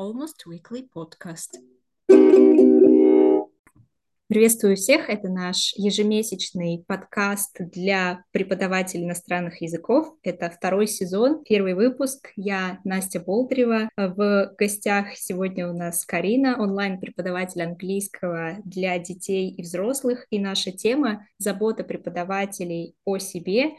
Almost Weekly Podcast. Приветствую всех! Это наш ежемесячный подкаст для преподавателей иностранных языков. Это второй сезон, первый выпуск. Я Настя Болдырева. В гостях сегодня у нас Карина, онлайн-преподаватель английского для детей и взрослых. И наша тема — забота преподавателей о себе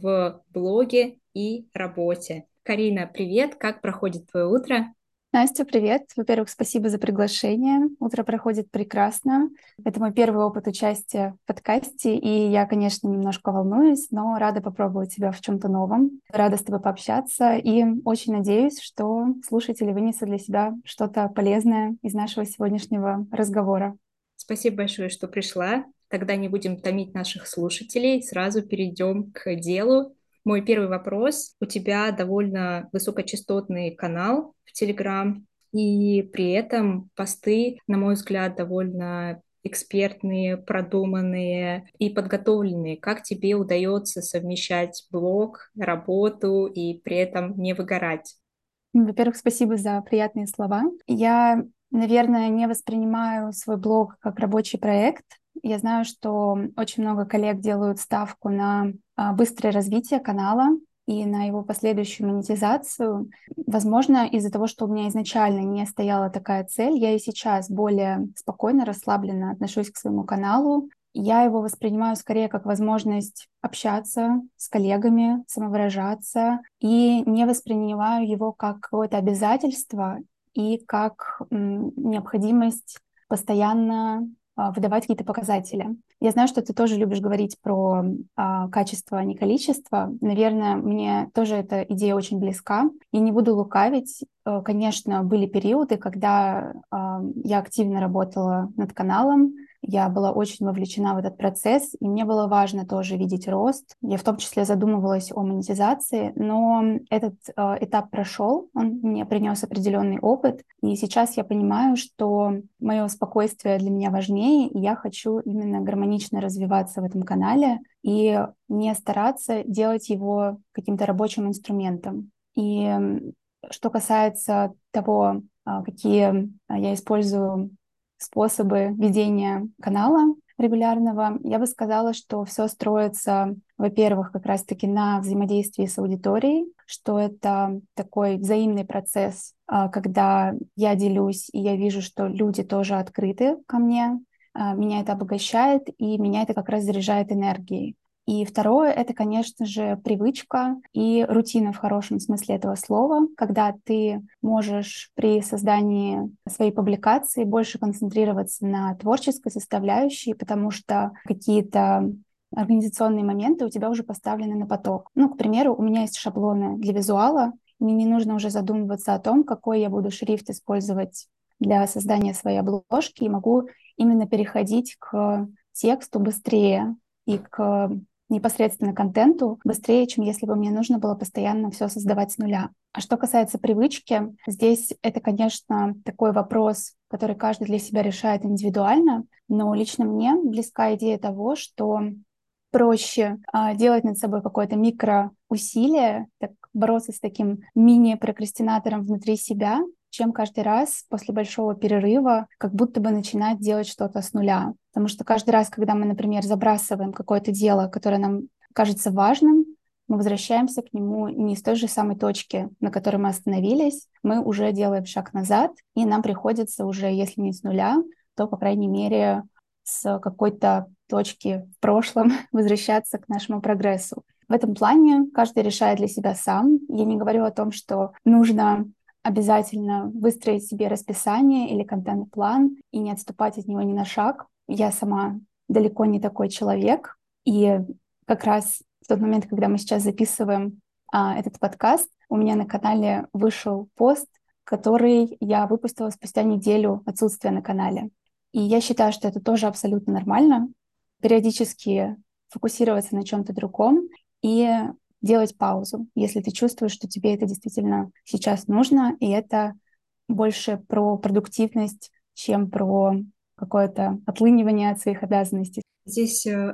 в блоге и работе. Карина, привет! Как проходит твое утро? Настя, привет. Во-первых, спасибо за приглашение. Утро проходит прекрасно. Это мой первый опыт участия в подкасте, и я, конечно, немножко волнуюсь, но рада попробовать себя в чем-то новом. Рада с тобой пообщаться, и очень надеюсь, что слушатели вынесут для себя что-то полезное из нашего сегодняшнего разговора. Спасибо большое, что пришла. Тогда не будем томить наших слушателей, сразу перейдем к делу. Мой первый вопрос. У тебя довольно высокочастотный канал в Телеграм, и при этом посты, на мой взгляд, довольно экспертные, продуманные и подготовленные. Как тебе удается совмещать блог, работу и при этом не выгорать? Во-первых, спасибо за приятные слова. Я, наверное, не воспринимаю свой блог как рабочий проект. Я знаю, что очень много коллег делают ставку на быстрое развитие канала и на его последующую монетизацию. Возможно, из-за того, что у меня изначально не стояла такая цель, я и сейчас более спокойно, расслабленно отношусь к своему каналу. Я его воспринимаю скорее как возможность общаться с коллегами, самовыражаться, и не воспринимаю его как какое-то обязательство и как необходимость постоянно выдавать какие-то показатели. Я знаю, что ты тоже любишь говорить про качество, а не количество. Наверное, мне тоже эта идея очень близка. И не буду лукавить. Конечно, были периоды, когда я активно работала над каналом, я была очень вовлечена в этот процесс, и мне было важно тоже видеть рост. Я в том числе задумывалась о монетизации, но этот этап прошел, он мне принес определенный опыт, и сейчас я понимаю, что мое спокойствие для меня важнее, и я хочу именно гармонично развиваться в этом канале и не стараться делать его каким-то рабочим инструментом. И что касается того, какие я использую способы ведения канала регулярного, я бы сказала, что все строится, во-первых, как раз-таки на взаимодействии с аудиторией, что это такой взаимный процесс, когда я делюсь, и я вижу, что люди тоже открыты ко мне, меня это обогащает, и меня это как раз заряжает энергией. И второе — это, конечно же, привычка и рутина в хорошем смысле этого слова, когда ты можешь при создании своей публикации больше концентрироваться на творческой составляющей, потому что какие-то организационные моменты у тебя уже поставлены на поток. Ну, к примеру, у меня есть шаблоны для визуала, мне не нужно уже задумываться о том, какой я буду шрифт использовать для создания своей обложки, и могу именно переходить к тексту быстрее и к непосредственно контенту быстрее, чем если бы мне нужно было постоянно все создавать с нуля. А что касается привычки, здесь это, конечно, такой вопрос, который каждый для себя решает индивидуально, но лично мне близка идея того, что проще делать над собой какое-то микроусилие, так бороться с таким мини-прокрастинатором внутри себя, чем каждый раз после большого перерыва как будто бы начинать делать что-то с нуля. Потому что каждый раз, когда мы, например, забрасываем какое-то дело, которое нам кажется важным, мы возвращаемся к нему не с той же самой точки, на которой мы остановились, мы уже делаем шаг назад, и нам приходится уже, если не с нуля, то, по крайней мере, с какой-то точки в прошлом возвращаться к нашему прогрессу. В этом плане каждый решает для себя сам. Я не говорю о том, что нужно обязательно выстроить себе расписание или контент-план и не отступать от него ни на шаг. Я сама далеко не такой человек. И как раз в тот момент, когда мы сейчас записываем этот подкаст, у меня на канале вышел пост, который я выпустила спустя неделю отсутствия на канале. И я считаю, что это тоже абсолютно нормально. Периодически фокусироваться на чем-то другом и делать паузу, если ты чувствуешь, что тебе это действительно сейчас нужно, и это больше про продуктивность, чем про какое-то отлынивание от своих обязанностей. Здесь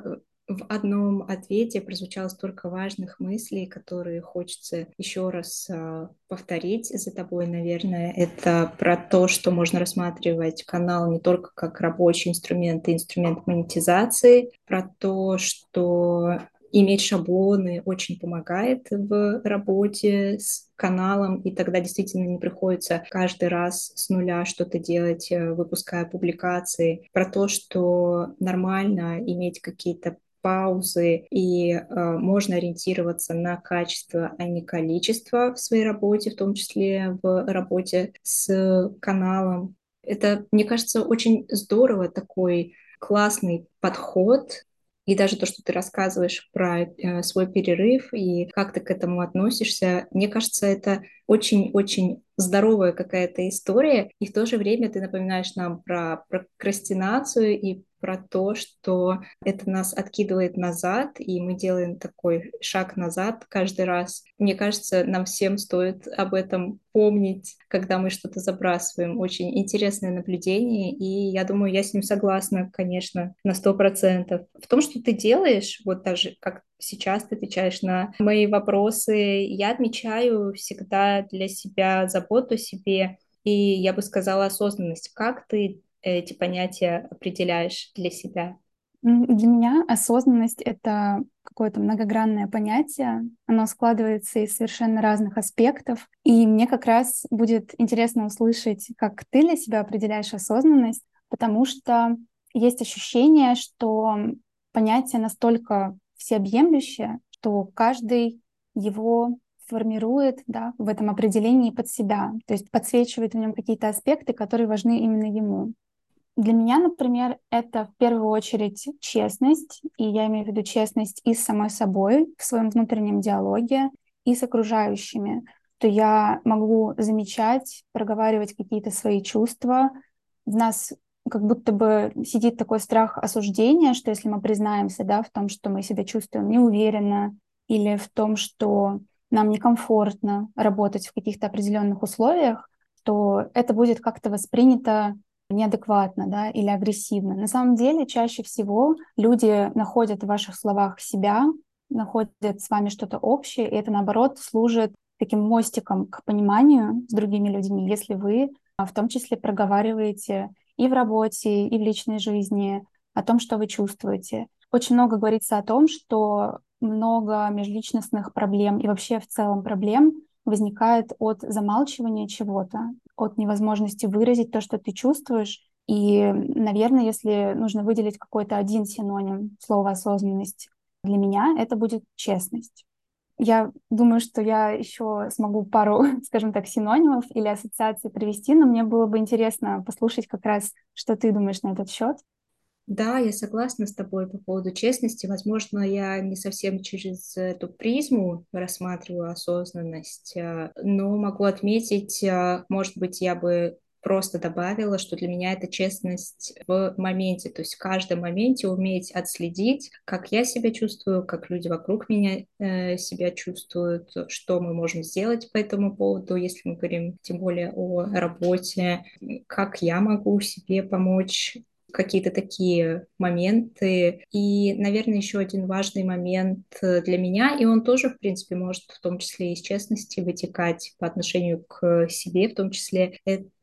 В одном ответе прозвучало столько важных мыслей, которые хочется еще раз повторить за тобой, наверное. Это про то, что можно рассматривать канал не только как рабочий инструмент и инструмент монетизации, про то, что иметь шаблоны очень помогает в работе с каналом, и тогда действительно не приходится каждый раз с нуля что-то делать, выпуская публикации, про то, что нормально иметь какие-то паузы, и можно ориентироваться на качество, а не количество в своей работе, в том числе в работе с каналом. Это, мне кажется, очень здорово, такой классный подход. И даже то, что ты рассказываешь про свой перерыв и как ты к этому относишься, мне кажется, это очень-очень здоровая какая-то история. И в то же время ты напоминаешь нам про прокрастинацию и про то, что это нас откидывает назад, и мы делаем такой шаг назад каждый раз. Мне кажется, нам всем стоит об этом помнить, когда мы что-то забрасываем. Очень интересное наблюдение, и я думаю, я с ним согласна, конечно, на 100%. В том, что ты делаешь, вот даже как сейчас ты отвечаешь на мои вопросы, я отмечаю всегда для себя заботу о себе, и я бы сказала осознанность. Как ты эти понятия определяешь для себя? Для меня осознанность — это какое-то многогранное понятие. Оно складывается из совершенно разных аспектов. И мне как раз будет интересно услышать, как ты для себя определяешь осознанность, потому что есть ощущение, что понятие настолько всеобъемлющее, что каждый его формирует, да, в этом определении под себя, то есть подсвечивает в нем какие-то аспекты, которые важны именно ему. Для меня, например, это в первую очередь честность, и я имею в виду честность и с самой собой в своем внутреннем диалоге, и с окружающими. То я могу замечать, проговаривать какие-то свои чувства. В нас как будто бы сидит такой страх осуждения, что если мы признаемся, да, в том, что мы себя чувствуем неуверенно, или в том, что нам некомфортно работать в каких-то определенных условиях, то это будет как-то воспринято неадекватно, да, или агрессивно. На самом деле, чаще всего люди находят в ваших словах себя, находят с вами что-то общее, и это, наоборот, служит таким мостиком к пониманию с другими людьми, если вы в том числе проговариваете и в работе, и в личной жизни о том, что вы чувствуете. Очень много говорится о том, что много межличностных проблем и вообще в целом проблем возникает от замалчивания чего-то, от невозможности выразить то, что ты чувствуешь. И, наверное, если нужно выделить какой-то один синоним слова осознанность, для меня это будет честность. Я думаю, что я еще смогу пару, скажем так, синонимов или ассоциаций привести, но мне было бы интересно послушать как раз, что ты думаешь на этот счет. Да, я согласна с тобой по поводу честности. Возможно, я не совсем через эту призму рассматриваю осознанность, но могу отметить, может быть, я бы просто добавила, что для меня это честность в моменте, то есть в каждом моменте уметь отследить, как я себя чувствую, как люди вокруг меня себя чувствуют, что мы можем сделать по этому поводу, если мы говорим тем более о работе, как я могу себе помочь, какие-то такие моменты. И, наверное, еще один важный момент для меня, и он тоже, в принципе, может в том числе из честности вытекать по отношению к себе, в том числе,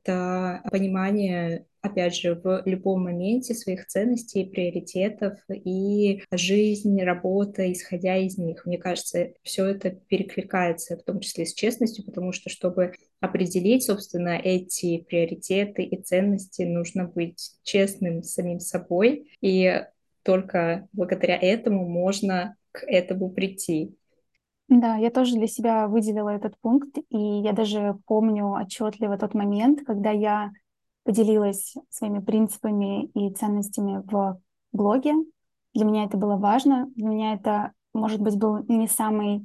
это понимание, опять же, в любом моменте своих ценностей, приоритетов и жизнь, работа, исходя из них. Мне кажется, все это перекликается, в том числе с честностью, потому что, чтобы определить, собственно, эти приоритеты и ценности, нужно быть честным с самим собой, и только благодаря этому можно к этому прийти. Да, я тоже для себя выделила этот пункт, и я даже помню отчетливо тот момент, когда я поделилась своими принципами и ценностями в блоге. Для меня это было важно. Для меня это, может быть, был не самый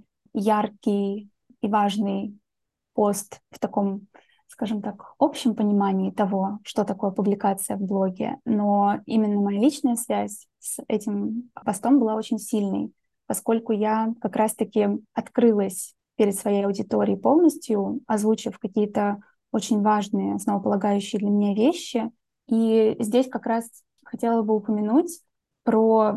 яркий и важный пост в таком, скажем так, общем понимании того, что такое публикация в блоге, но именно моя личная связь с этим постом была очень сильной, поскольку я как раз-таки открылась перед своей аудиторией полностью, озвучив какие-то очень важные, основополагающие для меня вещи. И здесь как раз хотела бы упомянуть про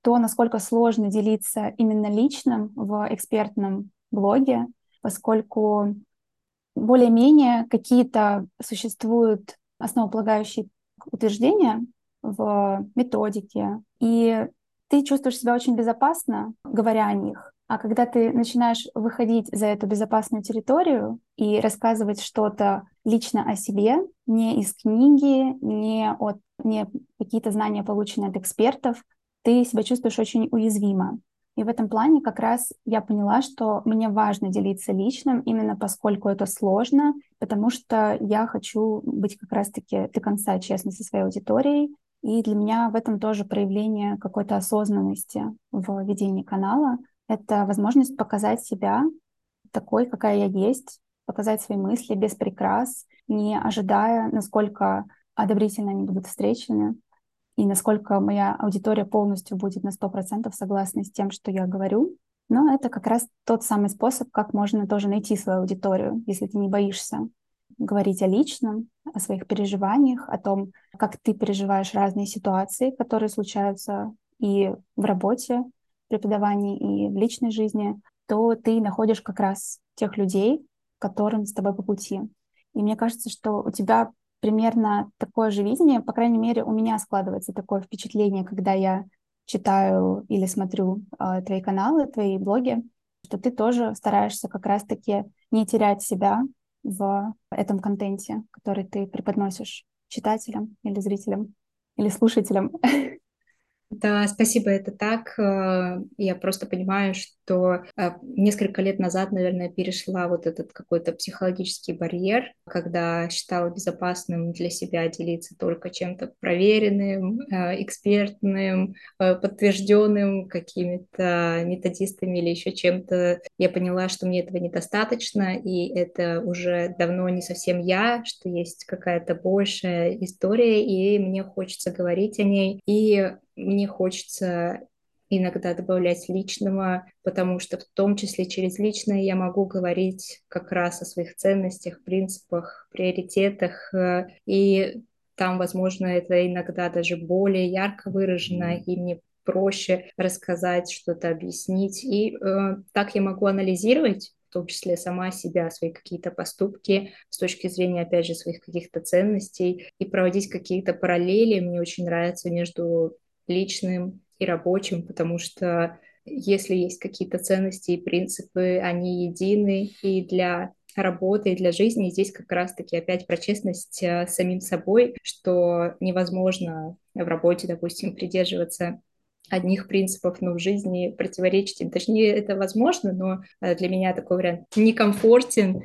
то, насколько сложно делиться именно личным в экспертном блоге, поскольку более-менее какие-то существуют основополагающие утверждения в методике, и ты чувствуешь себя очень безопасно, говоря о них. А когда ты начинаешь выходить за эту безопасную территорию и рассказывать что-то лично о себе, не из книги, не какие-то знания, полученные от экспертов, ты себя чувствуешь очень уязвимо. И в этом плане как раз я поняла, что мне важно делиться личным, именно поскольку это сложно, потому что я хочу быть как раз-таки до конца честной со своей аудиторией. И для меня в этом тоже проявление какой-то осознанности в ведении канала. Это возможность показать себя такой, какая я есть, показать свои мысли без прикрас, не ожидая, насколько одобрительно они будут встречены и насколько моя аудитория полностью будет на 100% согласна с тем, что я говорю. Но это как раз тот самый способ, как можно тоже найти свою аудиторию, если ты не боишься говорить о личном, о своих переживаниях, о том, как ты переживаешь разные ситуации, которые случаются и в работе, в преподавании, и в личной жизни, то ты находишь как раз тех людей, которым с тобой по пути. И мне кажется, что у тебя примерно такое же видение, по крайней мере, у меня складывается такое впечатление, когда я читаю или смотрю твои каналы, твои блоги, что ты тоже стараешься как раз-таки не терять себя в этом контенте, который ты преподносишь читателям или зрителям или слушателям. Да, спасибо, это так. Я просто понимаю, что несколько лет назад, наверное, перешла вот этот какой-то психологический барьер, когда считала безопасным для себя делиться только чем-то проверенным, экспертным, подтвержденным какими-то методистами или еще чем-то. Я поняла, что мне этого недостаточно, и это уже давно не совсем я, что есть какая-то большая история, и мне хочется говорить о ней. И мне хочется иногда добавлять личного, потому что в том числе через личное я могу говорить как раз о своих ценностях, принципах, приоритетах, и там, возможно, это иногда даже более ярко выражено, и мне проще рассказать, что-то объяснить. И так я могу анализировать в том числе сама себя, свои какие-то поступки с точки зрения, опять же, своих каких-то ценностей и проводить какие-то параллели. Мне очень нравится между личным и рабочим, потому что если есть какие-то ценности и принципы, они едины и для работы, и для жизни. И здесь как раз-таки опять про честность с самим собой, что невозможно в работе, допустим, придерживаться одних принципов, но в жизни противоречить им. Точнее, это возможно, но для меня такой вариант некомфортен,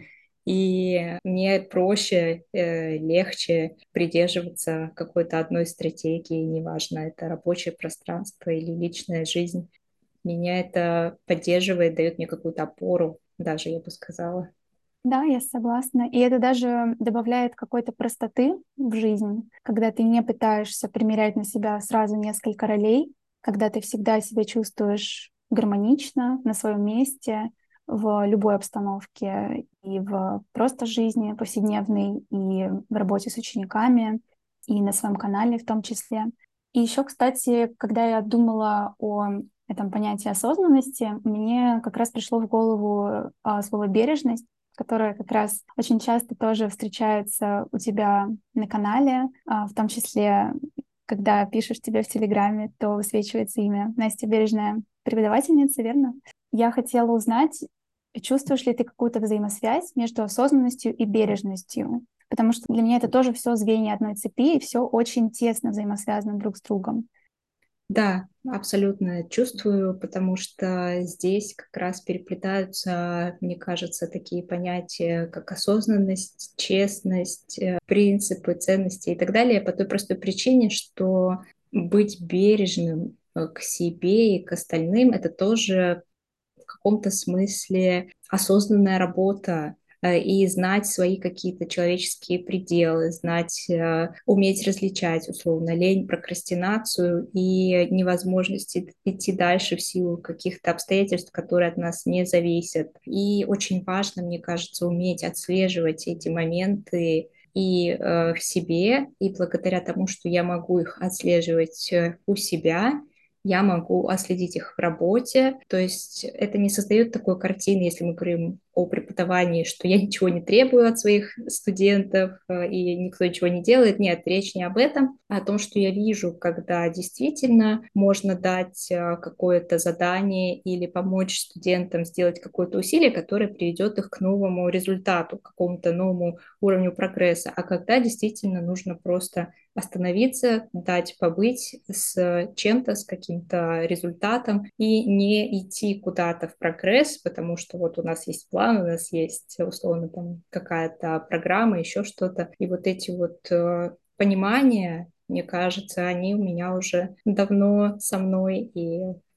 и мне проще, легче придерживаться какой-то одной стратегии, неважно, это рабочее пространство или личная жизнь. Меня это поддерживает, дает мне какую-то опору, даже, я бы сказала. Да, я согласна. И это даже добавляет какой-то простоты в жизнь, когда ты не пытаешься примерять на себя сразу несколько ролей, когда ты всегда себя чувствуешь гармонично на своем месте в любой обстановке и в просто жизни повседневной, и в работе с учениками, и на своем канале в том числе. И еще, кстати, когда я думала о этом понятии осознанности, мне как раз пришло в голову слово «бережность», которая как раз очень часто тоже встречается у тебя на канале, в том числе, когда пишешь тебе в Телеграме, то высвечивается имя Настя Бережная, преподавательница, верно? Я хотела узнать, чувствуешь ли ты какую-то взаимосвязь между осознанностью и бережностью? Потому что для меня это тоже все звенья одной цепи, и все очень тесно взаимосвязано друг с другом. Да, абсолютно чувствую, потому что здесь как раз переплетаются, мне кажется, такие понятия, как осознанность, честность, принципы, ценности и так далее, по той простой причине, что быть бережным к себе и к остальным — это тоже в каком-то смысле осознанная работа, и знать свои какие-то человеческие пределы, знать, уметь различать условно лень, прокрастинацию и невозможность идти дальше в силу каких-то обстоятельств, которые от нас не зависят. И очень важно, мне кажется, уметь отслеживать эти моменты и в себе, и благодаря тому, что я могу их отслеживать у себя, я могу отследить их в работе. То есть это не создает такой картины, если мы говорим о преподавании, что я ничего не требую от своих студентов и никто ничего не делает. Нет, речь не об этом, а о том, что я вижу, когда действительно можно дать какое-то задание или помочь студентам сделать какое-то усилие, которое приведет их к новому результату, к какому-то новому уровню прогресса, а когда действительно нужно просто остановиться, дать побыть с чем-то, с каким-то результатом и не идти куда-то в прогресс, потому что вот у нас есть план, у нас есть условно там какая-то программа, еще что-то. И вот эти вот понимания, мне кажется, они у меня уже давно со мной и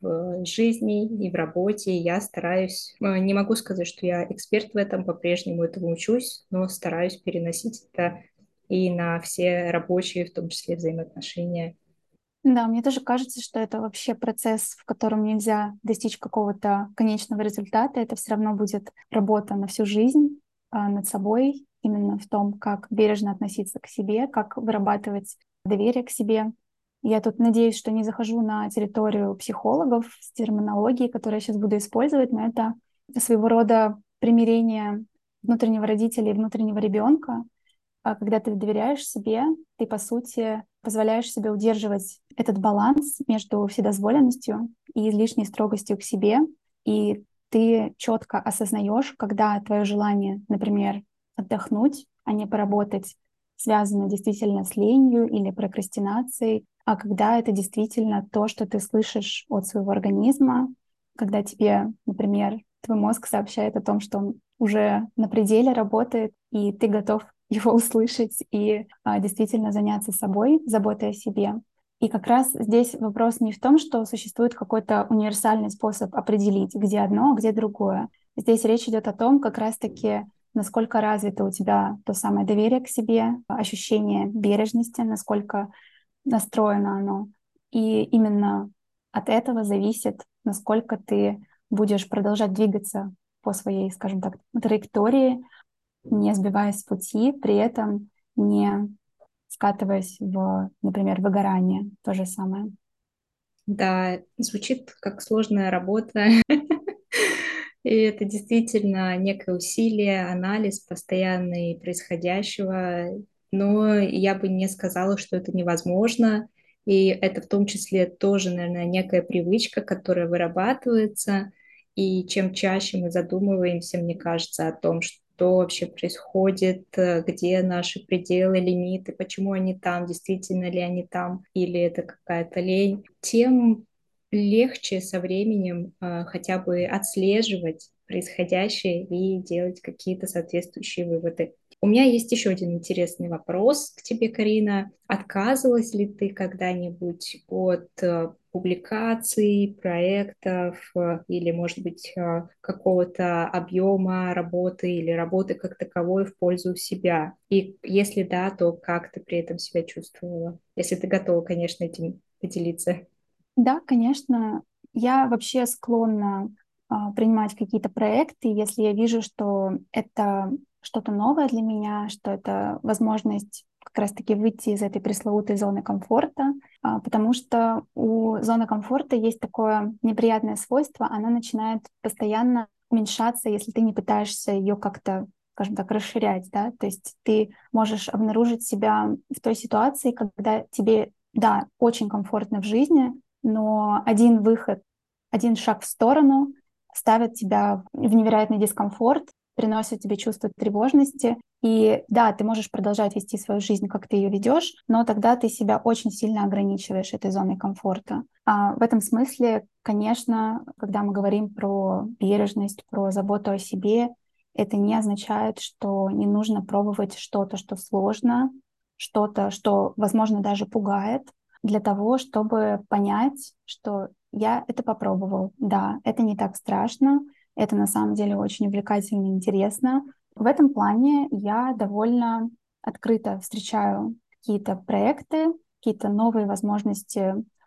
в жизни, и в работе. И я стараюсь, не могу сказать, что я эксперт в этом, по-прежнему этому учусь, но стараюсь переносить это и на все рабочие, в том числе взаимоотношения. Да, мне тоже кажется, что это вообще процесс, в котором нельзя достичь какого-то конечного результата. Это все равно будет работа на всю жизнь над собой, именно в том, как бережно относиться к себе, как вырабатывать доверие к себе. Я тут надеюсь, что не захожу на территорию психологов с терминологией, которую я сейчас буду использовать, но это своего рода примирение внутреннего родителя и внутреннего ребенка, когда ты доверяешь себе, ты, по сути, позволяешь себе удерживать этот баланс между вседозволенностью и излишней строгостью к себе, и ты четко осознаешь, когда твое желание, например, отдохнуть, а не поработать, связано действительно с ленью или прокрастинацией, а когда это действительно то, что ты слышишь от своего организма, когда тебе, например, твой мозг сообщает о том, что он уже на пределе работает, и ты готов его услышать и действительно заняться собой, заботой о себе. И как раз здесь вопрос не в том, что существует какой-то универсальный способ определить, где одно, а где другое. Здесь речь идет о том, как раз-таки, насколько развито у тебя то самое доверие к себе, ощущение бережности, насколько настроено оно. И именно от этого зависит, насколько ты будешь продолжать двигаться по своей, скажем так, траектории, не сбиваясь с пути, при этом не скатываясь в, например, выгорание. То же самое. Да, звучит как сложная работа, и это действительно некое усилие, анализ постоянный происходящего, но я бы не сказала, что это невозможно, и это в том числе тоже, наверное, некая привычка, которая вырабатывается, и чем чаще мы задумываемся, мне кажется, о том, что вообще происходит, где наши пределы, лимиты, почему они там, действительно ли они там, или это какая-то лень, тем легче со временем хотя бы отслеживать происходящее и делать какие-то соответствующие выводы. У меня есть еще один интересный вопрос к тебе, Карина. Отказывалась ли ты когда-нибудь от публикаций, проектов или, может быть, какого-то объема работы или работы как таковой в пользу себя? И если да, то как ты при этом себя чувствовала? Если ты готова, конечно, этим поделиться. Да, конечно, я вообще склонна принимать какие-то проекты, если я вижу, что это что-то новое для меня, что это возможность как раз-таки выйти из этой пресловутой зоны комфорта, потому что у зоны комфорта есть такое неприятное свойство, она начинает постоянно уменьшаться, если ты не пытаешься ее как-то, скажем так, расширять, да, то есть ты можешь обнаружить себя в той ситуации, когда тебе, да, очень комфортно в жизни, но один выход, один шаг в сторону ставит тебя в невероятный дискомфорт, приносит тебе чувство тревожности. И да, ты можешь продолжать вести свою жизнь, как ты ее ведешь, но тогда ты себя очень сильно ограничиваешь этой зоной комфорта. В этом смысле, конечно, когда мы говорим про бережность, про заботу о себе, это не означает, что не нужно пробовать что-то, что сложно, что-то, что, возможно, даже пугает, для того, чтобы понять, что я это попробовал. Да, это не так страшно, это на самом деле очень увлекательно и интересно. В этом плане я довольно открыто встречаю какие-то проекты, какие-то новые возможности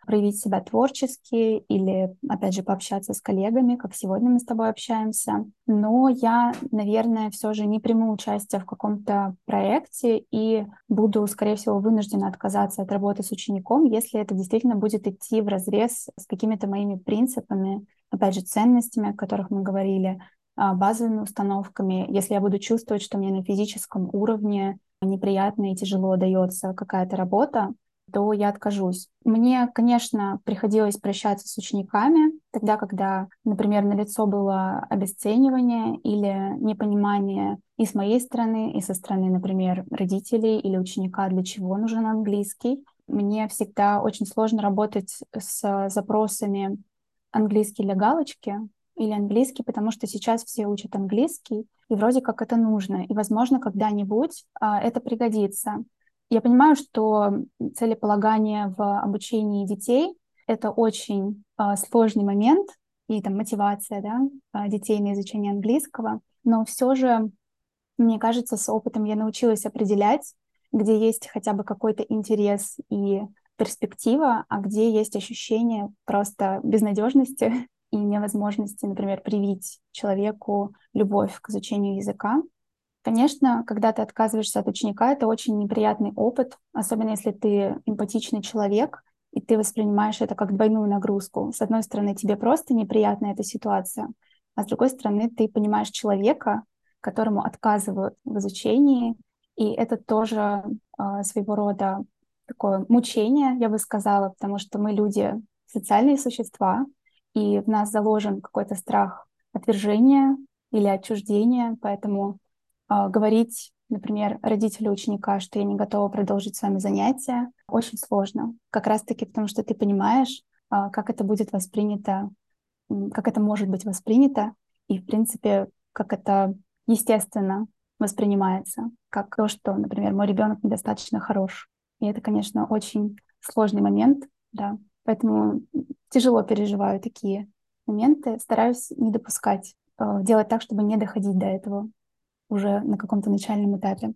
проявить себя творчески или, опять же, пообщаться с коллегами, как сегодня мы с тобой общаемся. Но я, наверное, все же не приму участие в каком-то проекте и буду, скорее всего, вынуждена отказаться от работы с учеником, если это действительно будет идти вразрез с какими-то моими принципами, опять же, ценностями, о которых мы говорили, базовыми установками. Если я буду чувствовать, что мне на физическом уровне неприятно и тяжело дается какая-то работа, то я откажусь. Мне, конечно, приходилось прощаться с учениками тогда, когда, например, налицо было обесценивание или непонимание и с моей стороны, и со стороны, например, родителей или ученика, для чего нужен английский. Мне всегда очень сложно работать с запросами английский для галочки или английский, потому что сейчас все учат английский, и вроде как это нужно. И, возможно, когда-нибудь это пригодится. Я понимаю, что целеполагание в обучении детей — это очень сложный момент, и там мотивация, да, детей на изучение английского, но все же, мне кажется, с опытом я научилась определять, где есть хотя бы какой-то интерес и перспектива, а где есть ощущение просто безнадежности и невозможности, например, привить человеку любовь к изучению языка. Конечно, когда ты отказываешься от ученика, это очень неприятный опыт, особенно если ты эмпатичный человек, и ты воспринимаешь это как двойную нагрузку. С одной стороны, тебе просто неприятна эта ситуация, а с другой стороны, ты понимаешь человека, которому отказывают в изучении, и это тоже своего рода такое мучение, я бы сказала, потому что мы люди социальные существа, и в нас заложен какой-то страх отвержения или отчуждения, поэтому говорить, например, родителю ученика, что я не готова продолжить с вами занятия, очень сложно. Как раз-таки потому, что ты понимаешь, как это будет воспринято, как это может быть воспринято, и, в принципе, как это естественно воспринимается, как то, что, например, мой ребенок недостаточно хорош. И это, конечно, очень сложный момент, да. Поэтому тяжело переживаю такие моменты, стараюсь не допускать, делать так, чтобы не доходить до этого уже на каком-то начальном этапе.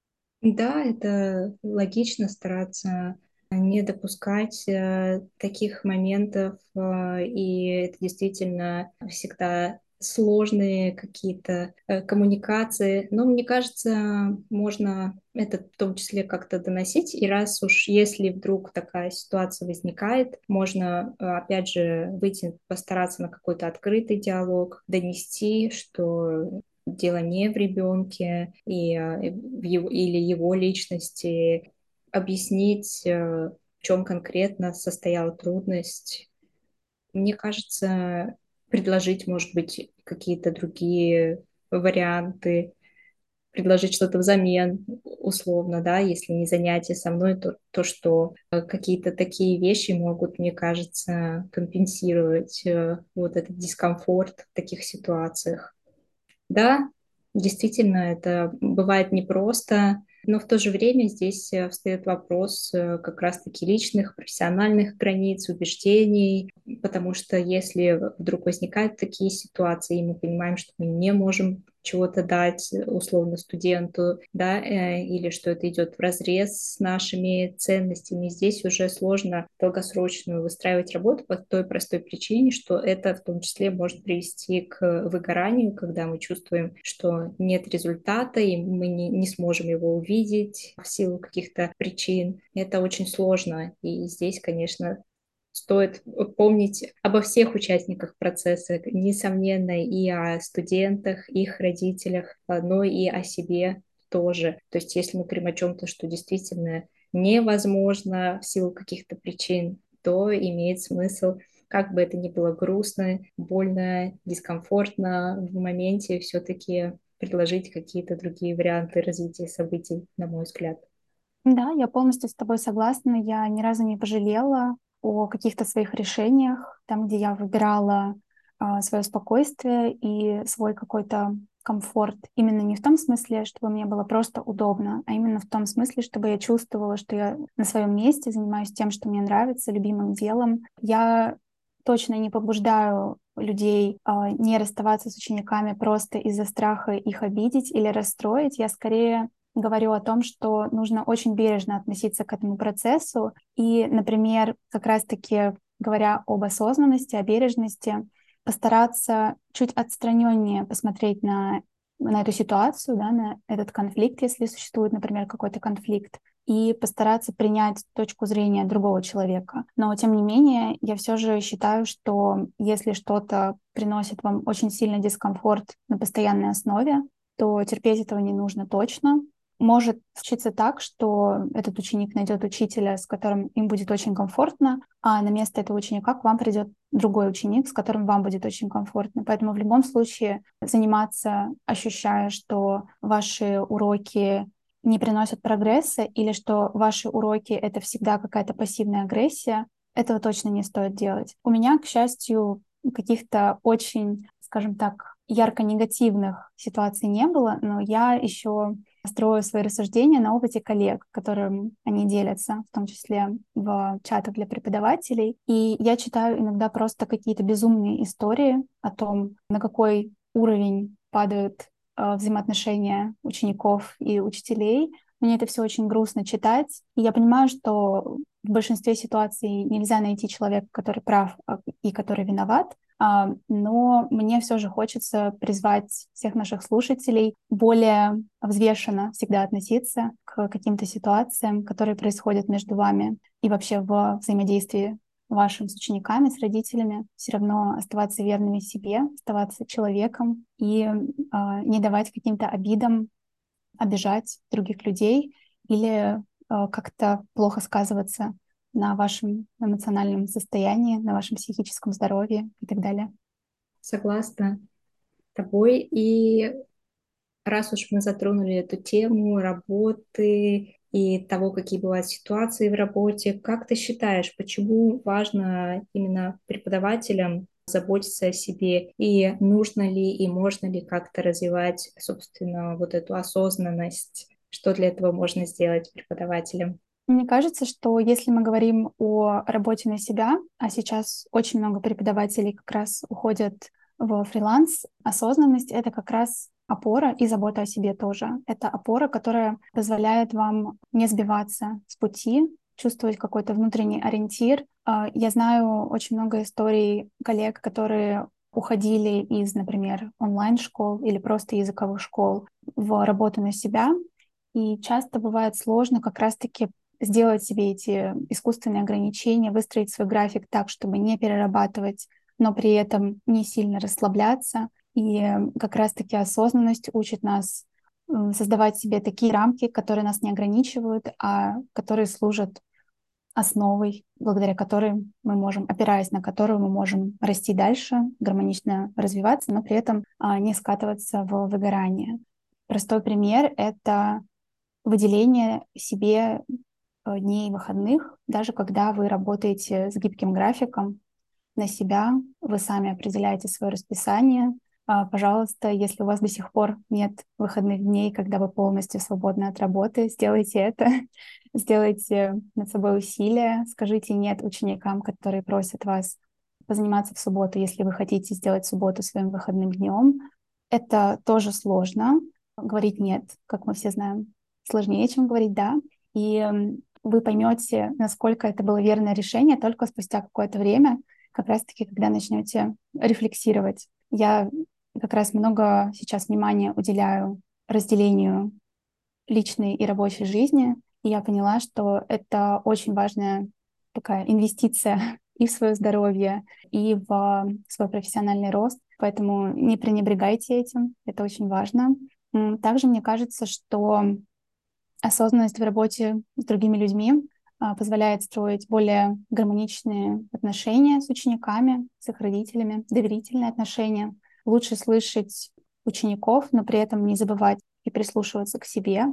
Да, это логично стараться не допускать таких моментов, и это действительно всегда сложные какие-то коммуникации. Но мне кажется, можно это в том числе как-то доносить. И раз уж если вдруг такая ситуация возникает, можно опять же выйти, постараться на какой-то открытый диалог, донести, что дело не в ребенке или его личности, объяснить, в чем конкретно состояла трудность. Мне кажется, предложить, может быть, какие-то другие варианты, предложить что-то взамен, условно, да, если не занятие со мной, то что какие-то такие вещи могут, мне кажется, компенсировать вот этот дискомфорт в таких ситуациях. Да, действительно, это бывает непросто, но в то же время здесь встает вопрос как раз-таки личных, профессиональных границ, убеждений, потому что если вдруг возникают такие ситуации, и мы понимаем, что мы не можем чего-то дать условно студенту, да, или что это идет вразрез с нашими ценностями, здесь уже сложно долгосрочную выстраивать работу по той простой причине, что это в том числе может привести к выгоранию, когда мы чувствуем, что нет результата, и мы не сможем его увидеть в силу каких-то причин. Это очень сложно, и здесь, конечно, стоит помнить обо всех участниках процесса, несомненно, и о студентах, их родителях, но и о себе тоже. То есть если мы говорим о чем-то, что действительно невозможно в силу каких-то причин, то имеет смысл, как бы это ни было грустно, больно, дискомфортно в моменте, все-таки предложить какие-то другие варианты развития событий, на мой взгляд. Да, я полностью с тобой согласна. Я ни разу не пожалела о каких-то своих решениях, там, где я выбирала свое спокойствие и свой какой-то комфорт. Именно не в том смысле, чтобы мне было просто удобно, а именно в том смысле, чтобы я чувствовала, что я на своем месте занимаюсь тем, что мне нравится, любимым делом. Я точно не побуждаю людей не расставаться с учениками просто из-за страха их обидеть или расстроить. Я скорее говорю о том, что нужно очень бережно относиться к этому процессу. И, например, как раз-таки говоря об осознанности, о бережности, постараться чуть отстраненнее посмотреть на эту ситуацию, да, на этот конфликт, если существует, например, какой-то конфликт, и постараться принять точку зрения другого человека. Но, тем не менее, я все же считаю, что если что-то приносит вам очень сильный дискомфорт на постоянной основе, то терпеть этого не нужно точно. Может случиться так, что этот ученик найдет учителя, с которым им будет очень комфортно, а на место этого ученика к вам придет другой ученик, с которым вам будет очень комфортно. Поэтому в любом случае заниматься, ощущая, что ваши уроки не приносят прогресса или что ваши уроки — это всегда какая-то пассивная агрессия, этого точно не стоит делать. У меня, к счастью, каких-то очень, скажем так, ярко негативных ситуаций не было, но я еще строю свои рассуждения на опыте коллег, которым они делятся, в том числе в чатах для преподавателей. И я читаю иногда просто какие-то безумные истории о том, на какой уровень падают взаимоотношения учеников и учителей. Мне это все очень грустно читать. И я понимаю, что в большинстве ситуаций нельзя найти человека, который прав и который виноват. Но мне все же хочется призвать всех наших слушателей более взвешенно всегда относиться к каким-то ситуациям, которые происходят между вами и вообще в взаимодействии вашим с учениками, с родителями, все равно оставаться верными себе, оставаться человеком и не давать каким-то обидам обижать других людей или как-то плохо сказываться на вашем эмоциональном состоянии, на вашем психическом здоровье и так далее. Согласна с тобой. И раз уж мы затронули эту тему работы и того, какие бывают ситуации в работе, как ты считаешь, почему важно именно преподавателям заботиться о себе, и нужно ли и можно ли как-то развивать, собственно, вот эту осознанность? Что для этого можно сделать преподавателям? Мне кажется, что если мы говорим о работе на себя, а сейчас очень много преподавателей как раз уходят в фриланс, осознанность — это как раз опора и забота о себе тоже. Это опора, которая позволяет вам не сбиваться с пути, чувствовать какой-то внутренний ориентир. Я знаю очень много историй коллег, которые уходили из, например, онлайн-школ или просто языковых школ в работу на себя. И часто бывает сложно как раз-таки сделать себе эти искусственные ограничения, выстроить свой график так, чтобы не перерабатывать, но при этом не сильно расслабляться. И как раз-таки осознанность учит нас создавать себе такие рамки, которые нас не ограничивают, а которые служат основой, благодаря которой мы можем, опираясь на которую мы можем расти дальше, гармонично развиваться, но при этом не скатываться в выгорание. Простой пример — это выделение себе дней выходных, даже когда вы работаете с гибким графиком на себя, вы сами определяете свое расписание. Пожалуйста, если у вас до сих пор нет выходных дней, когда вы полностью свободны от работы, сделайте это, сделайте над собой усилия, скажите «нет» ученикам, которые просят вас позаниматься в субботу, если вы хотите сделать субботу своим выходным днем. Это тоже сложно. Говорить «нет», как мы все знаем, сложнее, чем говорить «да». И вы поймете, насколько это было верное решение только спустя какое-то время, как раз-таки, когда начнете рефлексировать. Я как раз много сейчас внимания уделяю разделению личной и рабочей жизни, и я поняла, что это очень важная такая инвестиция и в свое здоровье, и в свой профессиональный рост. Поэтому не пренебрегайте этим, это очень важно. Также мне кажется, что осознанность в работе с другими людьми позволяет строить более гармоничные отношения с учениками, с их родителями, доверительные отношения. Лучше слышать учеников, но при этом не забывать и прислушиваться к себе.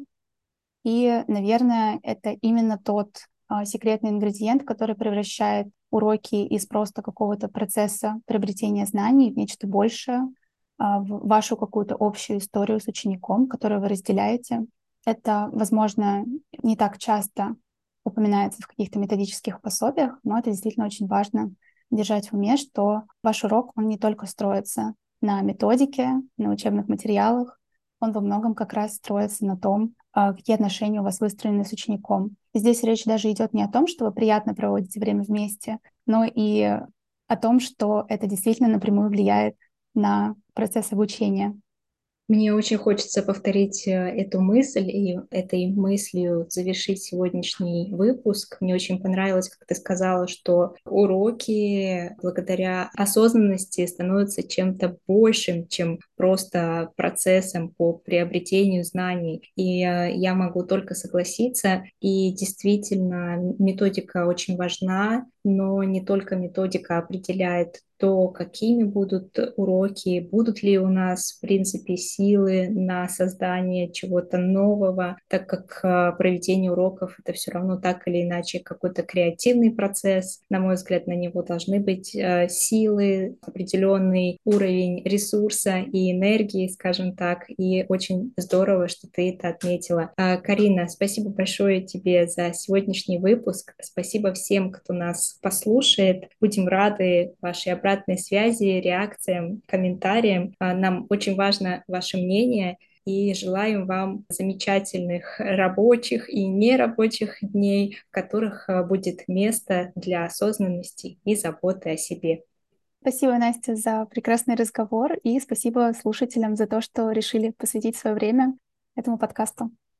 И, наверное, это именно тот секретный ингредиент, который превращает уроки из просто какого-то процесса приобретения знаний в нечто большее, в вашу какую-то общую историю с учеником, которую вы разделяете. Это, возможно, не так часто упоминается в каких-то методических пособиях, но это действительно очень важно держать в уме, что ваш урок, он не только строится на методике, на учебных материалах, он во многом как раз строится на том, какие отношения у вас выстроены с учеником. И здесь речь даже идет не о том, что вы приятно проводите время вместе, но и о том, что это действительно напрямую влияет на процесс обучения. Мне очень хочется повторить эту мысль и этой мыслью завершить сегодняшний выпуск. Мне очень понравилось, как ты сказала, что уроки благодаря осознанности становятся чем-то большим, чем просто процессом по приобретению знаний. И я могу только согласиться. И действительно, методика очень важна, но не только методика определяет то, какими будут уроки, будут ли у нас, в принципе, силы на создание чего-то нового, так как проведение уроков — это все равно так или иначе какой-то креативный процесс. На мой взгляд, на него должны быть силы, определенный уровень ресурса и энергии, скажем так, и очень здорово, что ты это отметила. Карина, спасибо большое тебе за сегодняшний выпуск. Спасибо всем, кто нас послушает. Будем рады вашей обратной связи, реакциям, комментариям. Нам очень важно ваше мнение, и желаем вам замечательных рабочих и нерабочих дней, в которых будет место для осознанности и заботы о себе. Спасибо, Настя, за прекрасный разговор и спасибо слушателям за то, что решили посвятить свое время этому подкасту.